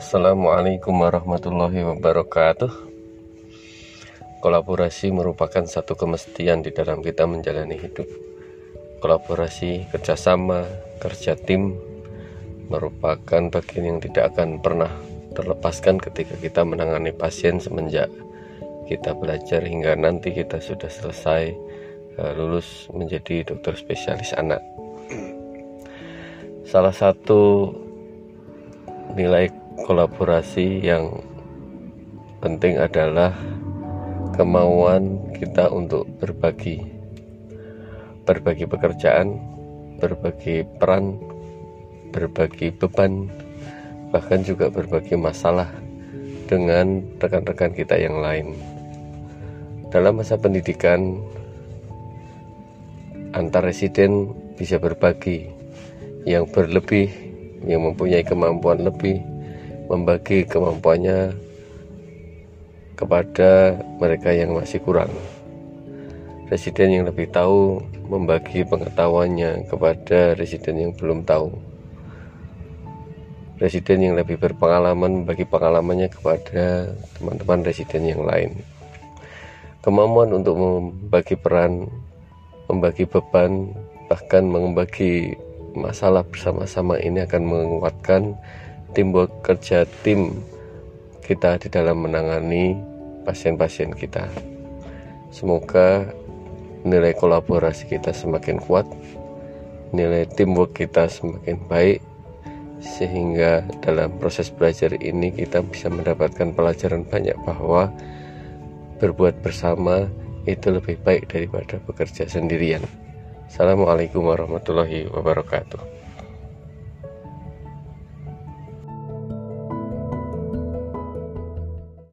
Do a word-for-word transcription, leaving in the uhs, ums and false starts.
Assalamualaikum warahmatullahi wabarakatuh. Kolaborasi merupakan satu kemestian di dalam kita menjalani hidup. Kolaborasi, kerjasama, kerja tim merupakan bagian yang tidak akan pernah terlepaskan ketika kita menangani pasien semenjak kita belajar hingga nanti kita sudah selesai lulus menjadi dokter spesialis anak. Salah satu nilai kolaborasi yang penting adalah kemauan kita untuk berbagi berbagi pekerjaan, berbagi peran, berbagi beban, bahkan juga berbagi masalah dengan rekan-rekan kita yang lain. Dalam masa pendidikan, antar residen bisa berbagi, yang berlebih, yang mempunyai kemampuan lebih, membagi kemampuannya kepada mereka yang masih kurang. Residen yang lebih tahu membagi pengetahuannya kepada residen yang belum tahu. Residen yang lebih berpengalaman membagi pengalamannya kepada teman-teman residen yang lain. Kemampuan untuk membagi peran, membagi beban, bahkan membagi masalah bersama-sama ini akan menguatkan timbul kerja tim kita di dalam menangani pasien-pasien kita. Semoga nilai kolaborasi kita semakin kuat, nilai teamwork kita semakin baik, sehingga dalam proses belajar ini kita bisa mendapatkan pelajaran banyak bahwa berbuat bersama itu lebih baik daripada bekerja sendirian. Assalamualaikum warahmatullahi wabarakatuh.